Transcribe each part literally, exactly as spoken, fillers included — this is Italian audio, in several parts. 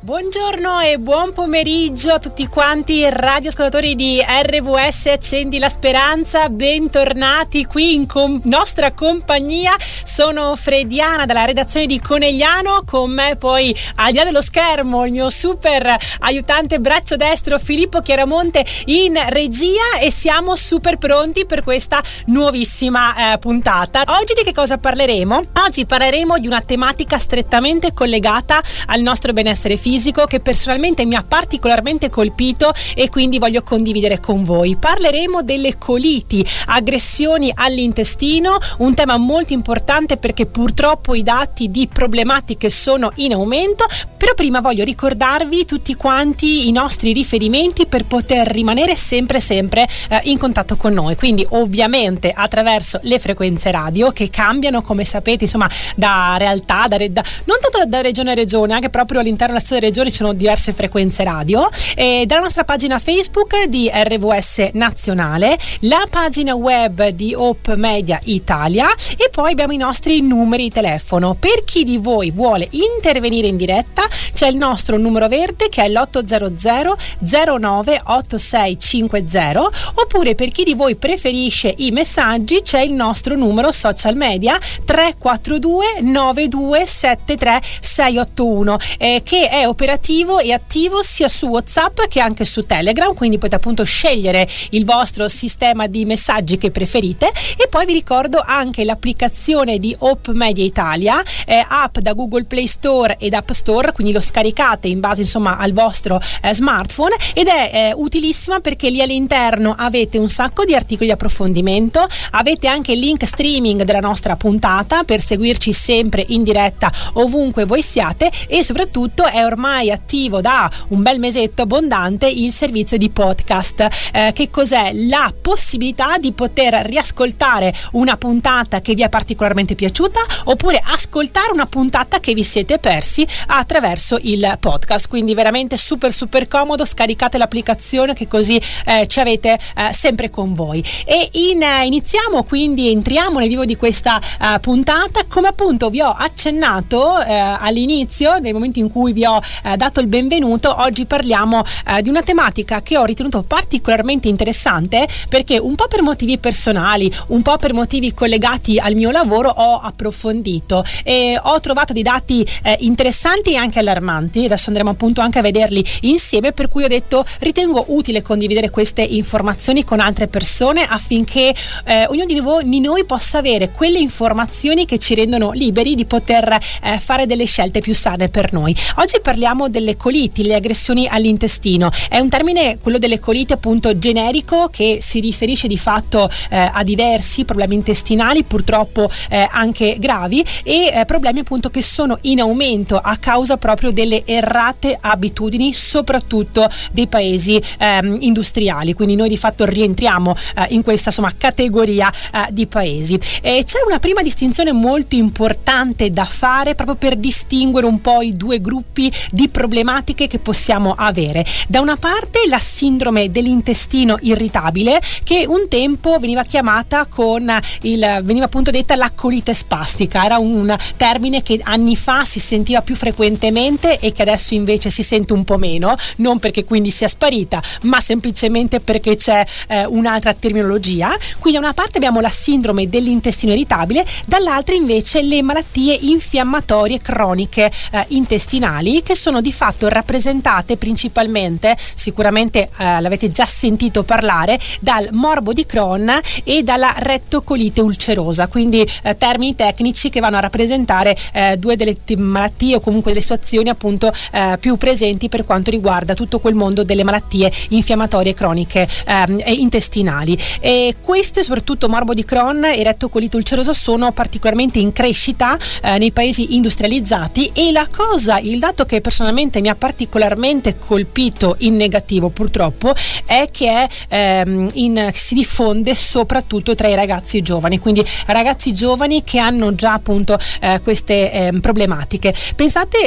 Buongiorno e buon pomeriggio a tutti quanti radioascoltatori di R V S Accendi la Speranza, bentornati qui in com- nostra compagnia. Sono Frediana dalla redazione di Conegliano, con me poi al di là dello schermo il mio super aiutante braccio destro Filippo Chiaramonte in regia, e siamo super pronti per questa nuovissima eh, puntata. Oggi di che cosa parleremo? Oggi parleremo di una tematica strettamente collegata al nostro benessere fisico, che personalmente mi ha particolarmente colpito e quindi voglio condividere con voi. Parleremo delle coliti, aggressioni all'intestino, un tema molto importante perché purtroppo i dati di problematiche sono in aumento. Però prima voglio ricordarvi tutti quanti i nostri riferimenti per poter rimanere sempre sempre eh, in contatto con noi, quindi ovviamente attraverso le frequenze radio che cambiano, come sapete, insomma, da realtà, da, da, non tanto da regione a regione, anche proprio all'interno della stessa regione ci sono diverse frequenze radio, e dalla nostra pagina Facebook di R V S Nazionale, la pagina web di Hope Media Italia, e poi abbiamo i nostri numeri di telefono. Per chi di voi vuole intervenire in diretta c'è il nostro numero verde che è l'otto zero zero zero nove otto sei cinque zero, oppure per chi di voi preferisce i messaggi c'è il nostro numero social media tre quattro due nove due sette tre sei otto uno, eh, che è operativo e attivo sia su WhatsApp che anche su Telegram, quindi potete appunto scegliere il vostro sistema di messaggi che preferite. E poi vi ricordo anche l'applicazione di Hope Media Italia, eh, app da Google Play Store ed App Store, quindi lo scaricate in base insomma al vostro eh, smartphone, ed è eh, utilissima perché lì all'interno avete un sacco di articoli di approfondimento, avete anche il link streaming della nostra puntata per seguirci sempre in diretta ovunque voi siate, e soprattutto è ormai attivo da un bel mesetto abbondante il servizio di podcast. Eh, che cos'è? La possibilità di poter riascoltare una puntata che vi è particolarmente piaciuta, oppure ascoltare una puntata che vi siete persi attraverso il podcast. Quindi veramente super super comodo, scaricate l'applicazione che così eh, ci avete eh, sempre con voi. E in, eh, iniziamo quindi, entriamo nel vivo di questa eh, puntata. Come appunto vi ho accennato eh, all'inizio, nel momento in cui vi ho eh, dato il benvenuto, oggi parliamo eh, di una tematica che ho ritenuto particolarmente interessante, perché un po' per motivi personali, un po' per motivi collegati al mio lavoro ho approfondito e ho trovato dei dati eh, interessanti e anche allarmanti. Adesso andremo appunto anche a vederli insieme, per cui ho detto ritengo utile condividere queste informazioni con altre persone affinché eh, ognuno di noi, di noi possa avere quelle informazioni che ci rendono liberi di poter eh, fare delle scelte più sane per noi. Oggi parliamo delle coliti, le aggressioni all'intestino. È un termine, quello delle coliti, appunto generico, che si riferisce di fatto eh, a diversi problemi intestinali, purtroppo eh, anche gravi, e eh, problemi appunto che sono in aumento a causa proprio delle errate abitudini, soprattutto dei paesi ehm, industriali. Quindi noi di fatto rientriamo eh, in questa insomma categoria eh, di paesi. E c'è una prima distinzione molto importante da fare proprio per distinguere un po' i due gruppi di problematiche che possiamo avere. Da una parte la sindrome dell'intestino irritabile, che un tempo veniva chiamata con il veniva appunto detta la colite spastica, era un termine che anni fa si sentiva più frequentemente e che adesso invece si sente un po' meno, non perché quindi sia sparita, ma semplicemente perché c'è eh, un'altra terminologia. Quindi da una parte abbiamo la sindrome dell'intestino irritabile, dall'altra invece le malattie infiammatorie croniche eh, intestinali, che sono di fatto rappresentate principalmente, sicuramente eh, l'avete già sentito parlare, dal morbo di Crohn e dalla rettocolite ulcerosa, quindi eh, termini tecnici che vanno a rappresentare eh, due delle t- malattie o comunque delle situazioni appunto eh, più presenti per quanto riguarda tutto quel mondo delle malattie infiammatorie croniche ehm, e intestinali. E queste, soprattutto morbo di Crohn e rettocolite ulcerosa, sono particolarmente in crescita eh, nei paesi industrializzati, e la cosa, il dato che personalmente mi ha particolarmente colpito in negativo purtroppo è che è, ehm, in, si diffonde soprattutto tra i ragazzi giovani, quindi ragazzi giovani che hanno già appunto eh, queste eh, problematiche. Pensate, uno studio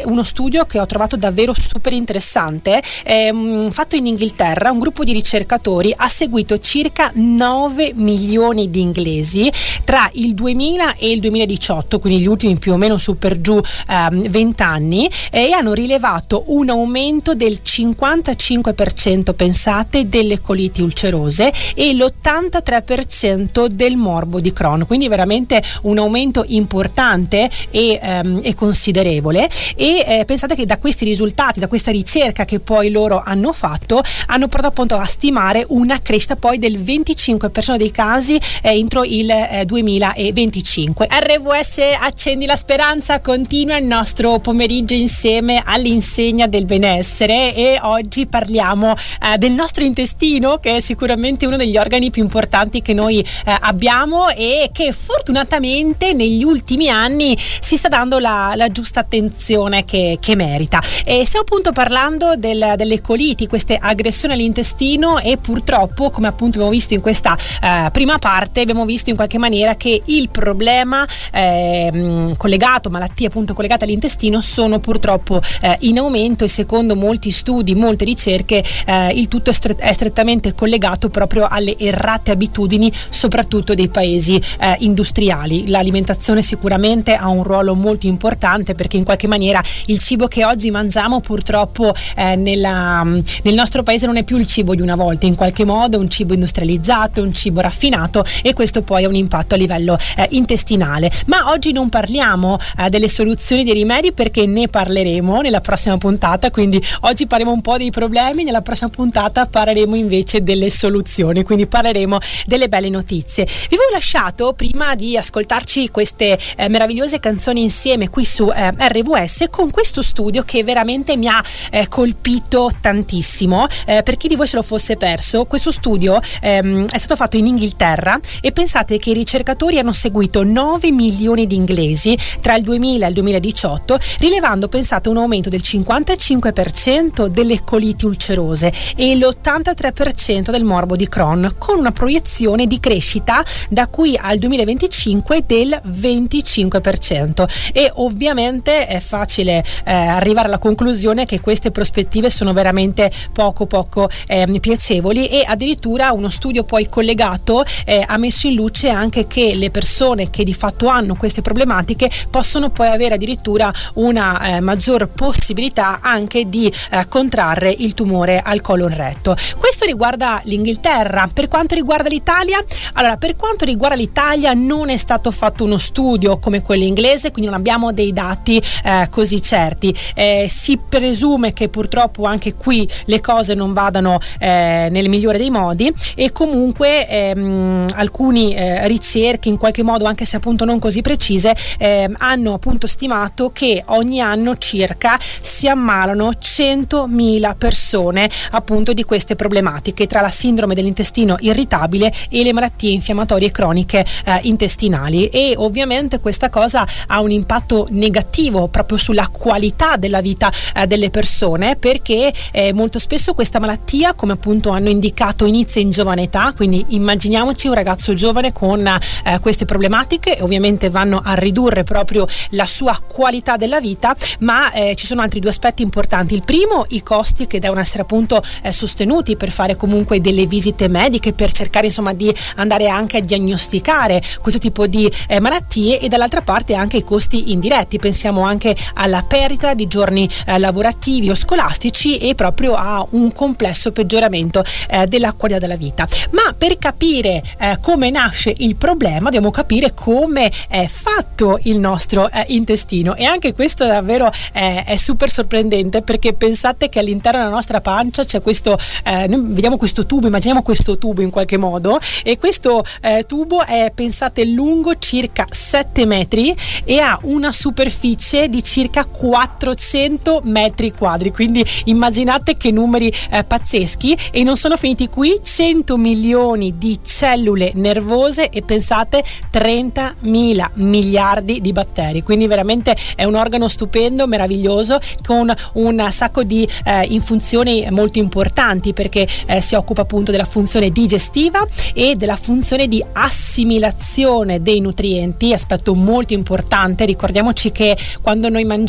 studio che ho trovato davvero super interessante, ehm, fatto in Inghilterra. Un gruppo di ricercatori ha seguito circa nove milioni di inglesi tra il duemila e il duemiladiciotto, quindi gli ultimi più o meno su per giù ehm, venti anni, e hanno rilevato un aumento del cinquantacinque per cento, pensate, delle coliti ulcerose e l'ottantatré per cento del morbo di Crohn, quindi veramente un aumento importante e, ehm, e considerevole. E eh, pensate che da questi risultati, da questa ricerca che poi loro hanno fatto, hanno portato appunto a stimare una crescita poi del venticinque per cento dei casi eh, entro il eh, duemilaventicinque. R V S Accendi la Speranza continua il nostro pomeriggio insieme all'insegna del benessere, e oggi parliamo eh, del nostro intestino, che è sicuramente uno degli organi più importanti che noi eh, abbiamo e che fortunatamente negli ultimi anni si sta dando la, la giusta attenzione che, che merita. E stiamo appunto parlando del, delle coliti, queste aggressioni all'intestino, e purtroppo, come appunto abbiamo visto in questa eh, prima parte, abbiamo visto in qualche maniera che il problema eh, collegato, malattie appunto collegate all'intestino, sono purtroppo eh, in aumento, e secondo molti studi, molte ricerche, eh, il tutto è, stre- è strettamente collegato proprio alle errate abitudini, soprattutto dei paesi eh, industriali. L'alimentazione sicuramente ha un ruolo molto importante, perché in qualche maniera il cibo che oggi mangiamo purtroppo eh, nella, nel nostro paese non è più il cibo di una volta, in qualche modo è un cibo industrializzato, un cibo raffinato, e questo poi ha un impatto a livello eh, intestinale. Ma oggi non parliamo eh, delle soluzioni, dei rimedi, perché ne parleremo nella prossima puntata, quindi oggi parleremo un po' dei problemi, nella prossima puntata parleremo invece delle soluzioni, quindi parleremo delle belle notizie. Vi avevo lasciato, prima di ascoltarci queste eh, meravigliose canzoni insieme qui su eh, R V S, con questo studio che veramente mi ha eh, colpito tantissimo. Eh, per chi di voi se lo fosse perso, questo studio ehm, è stato fatto in Inghilterra, e pensate che i ricercatori hanno seguito nove milioni di inglesi tra il duemila e il duemiladiciotto, rilevando, pensate, un aumento del cinquantacinque per cento delle coliti ulcerose e l'ottantatré per cento del morbo di Crohn, con una proiezione di crescita da qui al duemilaventicinque del venticinque per cento. E ovviamente è facile eh, arrivare alla conclusione che queste prospettive sono veramente poco poco eh, piacevoli, e addirittura uno studio poi collegato eh, ha messo in luce anche che le persone che di fatto hanno queste problematiche possono poi avere addirittura una eh, maggior possibilità anche di eh, contrarre il tumore al colon retto. Questo riguarda l'Inghilterra. Per quanto riguarda l'Italia, allora per quanto riguarda l'Italia non è stato fatto uno studio come quello inglese, quindi non abbiamo dei dati eh, così certi. Eh, si presume che purtroppo anche qui le cose non vadano eh, nel migliore dei modi, e comunque ehm, alcune eh, ricerche, in qualche modo anche se appunto non così precise, eh, hanno appunto stimato che ogni anno circa si ammalano centomila persone appunto di queste problematiche, tra la sindrome dell'intestino irritabile e le malattie infiammatorie croniche eh, intestinali. E ovviamente questa cosa ha un impatto negativo proprio sulla qualità della vita eh, delle persone, perché eh, molto spesso questa malattia, come appunto hanno indicato, inizia in giovane età, quindi immaginiamoci un ragazzo giovane con eh, queste problematiche, e ovviamente vanno a ridurre proprio la sua qualità della vita. Ma eh, ci sono altri due aspetti importanti. Il primo, i costi che devono essere appunto eh, sostenuti per fare comunque delle visite mediche, per cercare insomma di andare anche a diagnosticare questo tipo di eh, malattie, e dall'altra parte anche i costi indiretti. Pensiamo anche alla perdita di giorni eh, lavorativi o scolastici, e proprio a un complesso peggioramento eh, della qualità della vita. Ma per capire eh, come nasce il problema dobbiamo capire come è fatto il nostro eh, intestino, e anche questo davvero eh, è super sorprendente, perché pensate che all'interno della nostra pancia c'è questo eh, noi vediamo questo tubo, immaginiamo questo tubo in qualche modo, e questo eh, tubo è, pensate, lungo circa sette metri e ha una superficie di circa quattrocento metri quadri, quindi immaginate che numeri eh, pazzeschi. E non sono finiti qui: cento milioni di cellule nervose e pensate trentamila miliardi di batteri, quindi veramente è un organo stupendo, meraviglioso, con un sacco di eh, in funzioni molto importanti, perché eh, si occupa appunto della funzione digestiva e della funzione di assimilazione dei nutrienti, aspetto molto importante. Ricordiamoci che quando noi mangiamo i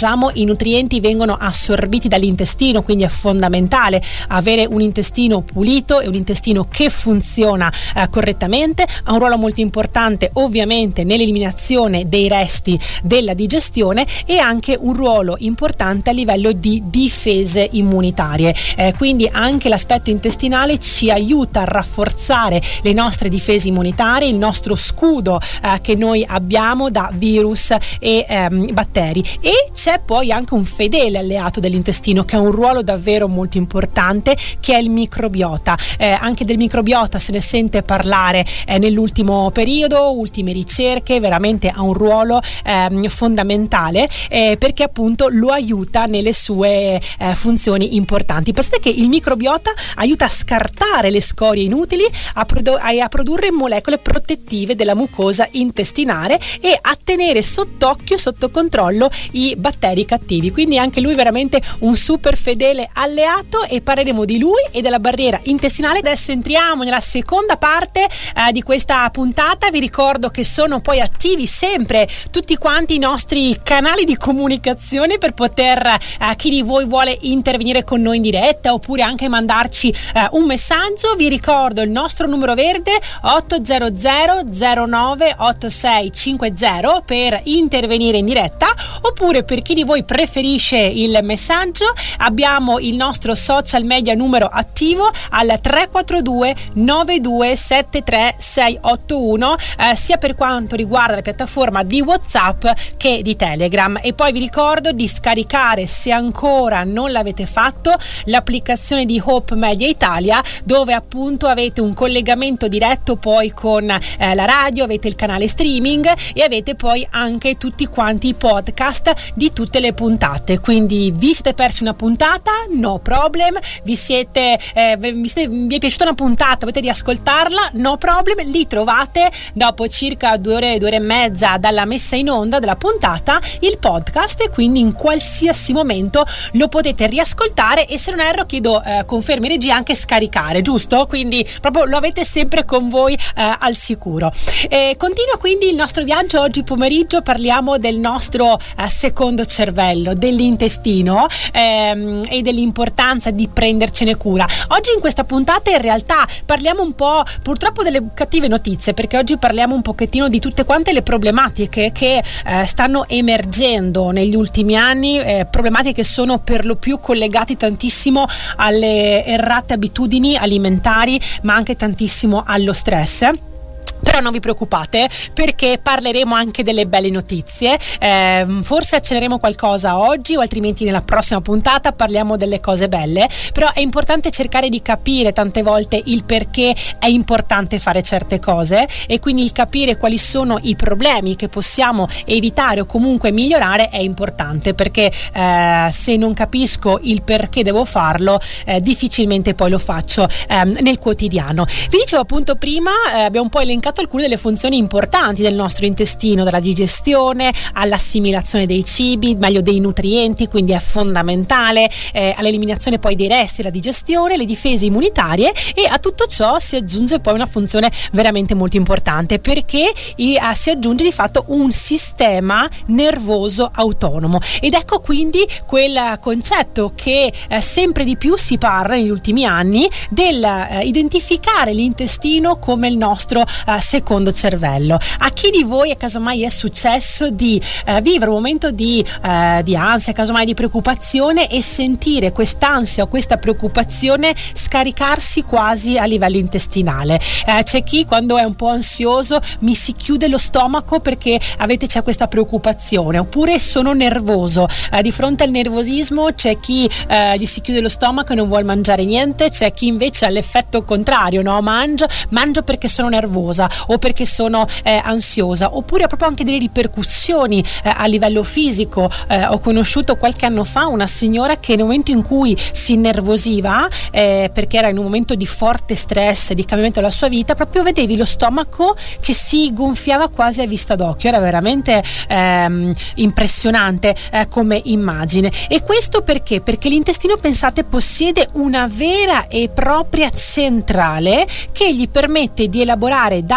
nutrienti vengono assorbiti dall'intestino, quindi è fondamentale avere un intestino pulito e un intestino che funziona eh, correttamente. Ha un ruolo molto importante ovviamente nell'eliminazione dei resti della digestione e anche un ruolo importante a livello di difese immunitarie, eh, quindi anche l'aspetto intestinale ci aiuta a rafforzare le nostre difese immunitarie, il nostro scudo eh, che noi abbiamo da virus e ehm, batteri. E c'è poi anche un fedele alleato dell'intestino che ha un ruolo davvero molto importante, che è il microbiota. Eh, anche del microbiota se ne sente parlare eh, nell'ultimo periodo, ultime ricerche, veramente ha un ruolo eh, fondamentale eh, perché appunto lo aiuta nelle sue eh, funzioni importanti. Pensate che il microbiota aiuta a scartare le scorie inutili, a, produ- a produrre molecole protettive della mucosa intestinale e a tenere sott'occhio, sotto controllo i batteri cattivi. Quindi anche lui veramente un super fedele alleato, e parleremo di lui e della barriera intestinale. Adesso entriamo nella seconda parte eh, di questa puntata. Vi ricordo che sono poi attivi sempre tutti quanti i nostri canali di comunicazione per poter eh, chi di voi vuole intervenire con noi in diretta oppure anche mandarci eh, un messaggio. Vi ricordo il nostro numero verde otto zero zero zero nove otto sei cinque zero per intervenire in diretta, oppure per chi di voi preferisce il messaggio abbiamo il nostro social media numero attivo al tre quattro due nove due sette tre sei otto uno eh, sia per quanto riguarda la piattaforma di WhatsApp che di Telegram. E poi vi ricordo di scaricare, se ancora non l'avete fatto, l'applicazione di Hope Media Italia, dove appunto avete un collegamento diretto poi con eh, la radio, avete il canale streaming e avete poi anche tutti quanti i podcast di tutte le puntate. Quindi vi siete persi una puntata, no problem, vi siete, eh, vi, siete vi è piaciuta una puntata, volete riascoltarla, no problem, li trovate dopo circa due ore, due ore e mezza dalla messa in onda della puntata il podcast, e quindi in qualsiasi momento lo potete riascoltare e, se non erro, chiedo eh, confermi regia, anche scaricare, giusto? Quindi proprio lo avete sempre con voi eh, al sicuro. E continua quindi il nostro viaggio. Oggi pomeriggio parliamo del nostro eh, secondo cervello, dell'intestino ehm, e dell'importanza di prendercene cura. Oggi in questa puntata in realtà parliamo un po' purtroppo delle cattive notizie, perché oggi parliamo un pochettino di tutte quante le problematiche che eh, stanno emergendo negli ultimi anni, eh, problematiche che sono per lo più collegate tantissimo alle errate abitudini alimentari, ma anche tantissimo allo stress. Però non vi preoccupate, perché parleremo anche delle belle notizie, eh, forse acceleremo qualcosa oggi o altrimenti nella prossima puntata parliamo delle cose belle. Però è importante cercare di capire tante volte il perché è importante fare certe cose, e quindi il capire quali sono i problemi che possiamo evitare o comunque migliorare è importante, perché eh, se non capisco il perché devo farlo eh, difficilmente poi lo faccio eh, nel quotidiano. Vi dicevo appunto prima, eh, abbiamo un po' elencato alcune delle funzioni importanti del nostro intestino, dalla digestione all'assimilazione dei cibi, meglio dei nutrienti, quindi è fondamentale, eh, all'eliminazione poi dei resti, la digestione, le difese immunitarie, e a tutto ciò si aggiunge poi una funzione veramente molto importante, perché i, eh, si aggiunge di fatto un sistema nervoso autonomo. Ed ecco quindi quel concetto che eh, sempre di più si parla negli ultimi anni del eh, identificare l'intestino come il nostro eh, secondo cervello. A chi di voi casomai è successo di eh, vivere un momento di, eh, di ansia, casomai di preoccupazione, e sentire quest'ansia o questa preoccupazione scaricarsi quasi a livello intestinale? Eh, c'è chi, quando è un po' ansioso, mi si chiude lo stomaco perché avete c'è questa preoccupazione, oppure sono nervoso. Eh, di fronte al nervosismo c'è chi eh, gli si chiude lo stomaco e non vuole mangiare niente, c'è chi invece ha l'effetto contrario, no? Mangio, mangio perché sono nervosa o perché sono eh, ansiosa, oppure ha proprio anche delle ripercussioni eh, a livello fisico. Eh, ho conosciuto qualche anno fa una signora che nel momento in cui si innervosiva eh, perché era in un momento di forte stress, di cambiamento della sua vita, proprio vedevi lo stomaco che si gonfiava quasi a vista d'occhio. Era veramente ehm, impressionante eh, come immagine. E questo perché? Perché l'intestino, pensate, possiede una vera e propria centrale che gli permette di elaborare dati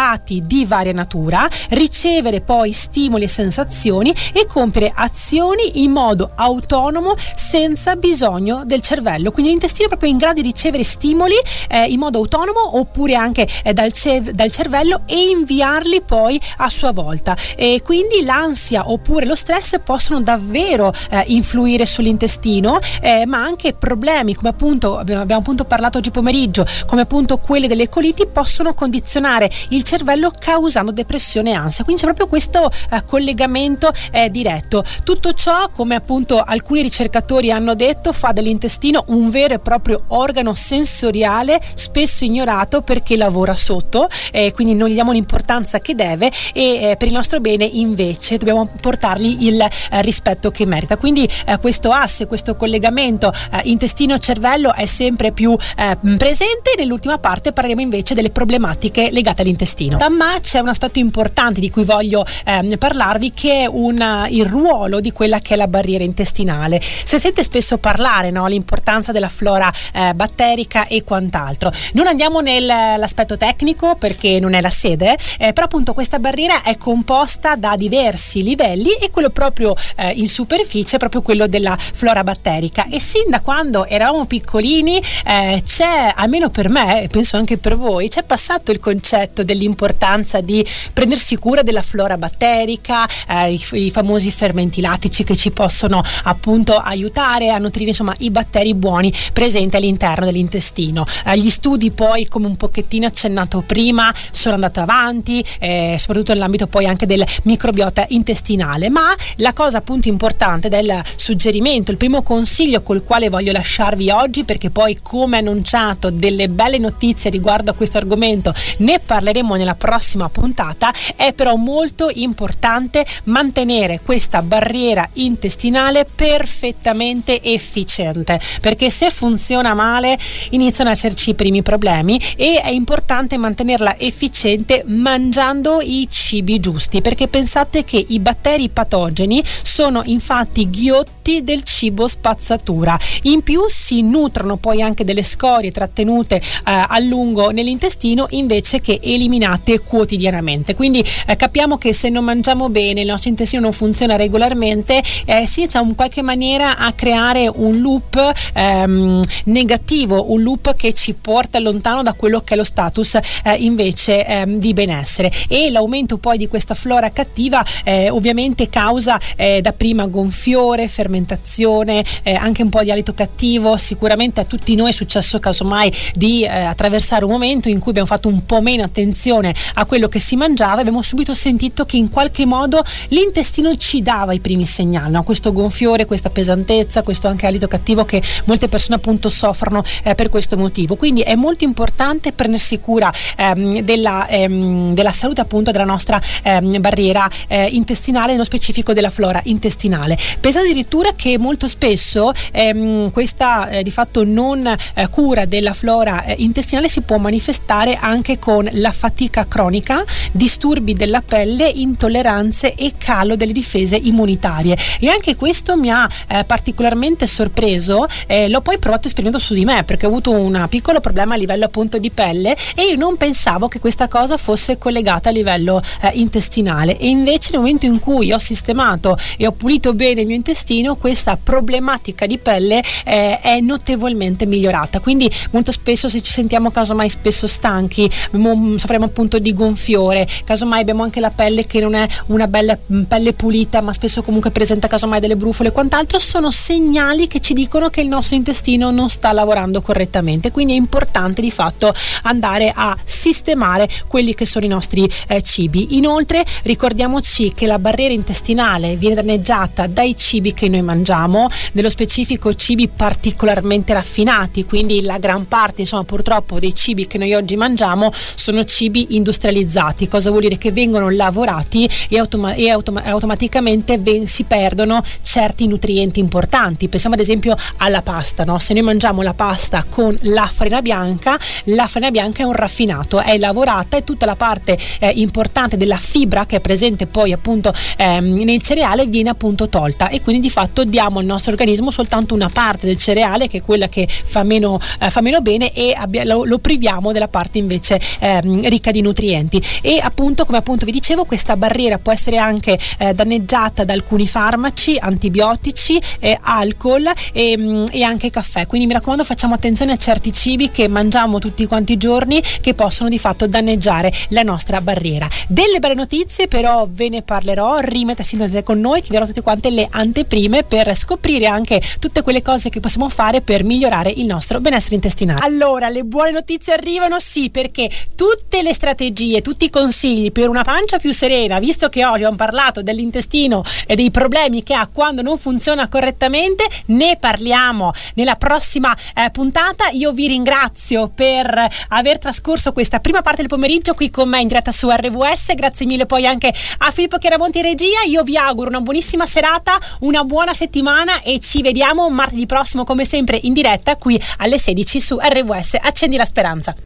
stimolati di varia natura, ricevere poi stimoli e sensazioni e compiere azioni in modo autonomo senza bisogno del cervello. Quindi l'intestino è proprio in grado di ricevere stimoli eh, in modo autonomo oppure anche eh, dal, ce- dal cervello e inviarli poi a sua volta. E quindi l'ansia oppure lo stress possono davvero eh, influire sull'intestino, eh, ma anche problemi come appunto abbiamo, abbiamo appunto parlato oggi pomeriggio, come appunto quelli delle coliti, possono condizionare il cervello causando depressione e ansia. Quindi c'è proprio questo eh, collegamento eh, diretto. Tutto ciò, come appunto alcuni ricercatori hanno detto, fa dell'intestino un vero e proprio organo sensoriale spesso ignorato perché lavora sotto, eh, quindi non gli diamo l'importanza che deve e eh, per il nostro bene invece dobbiamo portargli il eh, rispetto che merita. Quindi eh, questo asse, questo collegamento eh, intestino-cervello è sempre più eh, presente. Nell'ultima parte parleremo invece delle problematiche legate all'intestino. Ma c'è un aspetto importante di cui voglio eh, parlarvi, che è una, il ruolo di quella che è la barriera intestinale. Si sente spesso parlare, no, l'importanza della flora eh, batterica e quant'altro. Non andiamo nell'aspetto tecnico perché non è la sede, eh, però appunto questa barriera è composta da diversi livelli e quello proprio eh, in superficie è proprio quello della flora batterica. E sin da quando eravamo piccolini eh, c'è, almeno per me e penso anche per voi, c'è passato il concetto dell'importanza di prendersi cura della flora batterica, eh, i, i famosi fermenti lattici che ci possono appunto aiutare a nutrire insomma i batteri buoni presenti all'interno dell'intestino. Eh, gli studi poi, come un pochettino accennato prima, sono andati avanti, eh, soprattutto nell'ambito poi anche del microbiota intestinale, ma la cosa appunto importante del suggerimento, il primo consiglio col quale voglio lasciarvi oggi, perché poi come annunciato delle belle notizie riguardo a questo argomento ne parleremo nella prossima puntata, è però molto importante mantenere questa barriera intestinale perfettamente efficiente, perché se funziona male iniziano ad esserci i primi problemi e è importante mantenerla efficiente mangiando i cibi giusti, perché pensate che i batteri patogeni sono infatti ghiotti del cibo spazzatura, in più si nutrono poi anche delle scorie trattenute eh, a lungo nell'intestino invece che eliminate quotidianamente. Quindi eh, capiamo che se non mangiamo bene, il nostro intestino non funziona regolarmente, eh, si inizia in qualche maniera a creare un loop ehm, negativo, un loop che ci porta lontano da quello che è lo status eh, invece ehm, di benessere. E l'aumento poi di questa flora cattiva eh, ovviamente causa eh, dapprima gonfiore, fermentazione, eh, anche un po' di alito cattivo. Sicuramente a tutti noi è successo casomai di eh, attraversare un momento in cui abbiamo fatto un po' meno attenzione a quello che si mangiava e abbiamo subito sentito che in qualche modo l'intestino ci dava i primi segnali, no? Questo gonfiore, questa pesantezza, questo anche alito cattivo che molte persone appunto soffrono eh, per questo motivo. Quindi è molto importante prendersi cura ehm, della, ehm, della salute appunto della nostra ehm, barriera eh, intestinale, nello specifico della flora intestinale. Pensa addirittura che molto spesso ehm, questa eh, di fatto non eh, cura della flora eh, intestinale si può manifestare anche con la fatica cronica, disturbi della pelle, intolleranze e calo delle difese immunitarie. E anche questo mi ha eh, particolarmente sorpreso, eh, l'ho poi provato e sperimentato su di me, perché ho avuto un piccolo problema a livello appunto di pelle e io non pensavo che questa cosa fosse collegata a livello eh, intestinale, e invece nel momento in cui ho sistemato e ho pulito bene il mio intestino, questa problematica di pelle eh, è notevolmente migliorata. Quindi molto spesso, se ci sentiamo casomai spesso stanchi, soffriamo appunto di gonfiore, casomai abbiamo anche la pelle che non è una bella pelle pulita ma spesso comunque presenta casomai delle brufole e quant'altro, sono segnali che ci dicono che il nostro intestino non sta lavorando correttamente. Quindi è importante di fatto andare a sistemare quelli che sono i nostri eh, cibi. Inoltre ricordiamoci che la barriera intestinale viene danneggiata dai cibi che noi mangiamo, nello specifico cibi particolarmente raffinati, quindi la gran parte insomma purtroppo dei cibi che noi oggi mangiamo sono cibi industrializzati. Cosa vuol dire? Che vengono lavorati e, automa- e automa- automaticamente ven- si perdono certi nutrienti importanti. Pensiamo ad esempio alla pasta, no? Se noi mangiamo la pasta con la farina bianca, la farina bianca è un raffinato, è lavorata e tutta la parte eh, importante della fibra che è presente poi appunto ehm, nel cereale viene appunto tolta, e quindi di fatto soprattutto diamo al nostro organismo soltanto una parte del cereale, che è quella che fa meno, eh, fa meno bene, e abbia, lo, lo priviamo della parte invece ehm, ricca di nutrienti. E appunto, come appunto vi dicevo, questa barriera può essere anche eh, danneggiata da alcuni farmaci, antibiotici, eh, alcol e, mh, e anche caffè. Quindi mi raccomando, facciamo attenzione a certi cibi che mangiamo tutti quanti i giorni, che possono di fatto danneggiare la nostra barriera. Delle belle notizie però ve ne parlerò. Rimetta a sintesi con noi, che vi darò tutte quante le anteprime per scoprire anche tutte quelle cose che possiamo fare per migliorare il nostro benessere intestinale. Allora, le buone notizie arrivano, sì, perché tutte le strategie, tutti i consigli per una pancia più serena, visto che oggi abbiamo parlato dell'intestino e dei problemi che ha quando non funziona correttamente, ne parliamo nella prossima eh, puntata. Io vi ringrazio per aver trascorso questa prima parte del pomeriggio qui con me in diretta su R V S. Grazie mille poi anche a Filippo Chiaramonti in regia. Io vi auguro una buonissima serata, una buona settimana, e ci vediamo martedì prossimo come sempre in diretta qui alle sedici su R V S. Accendi la speranza.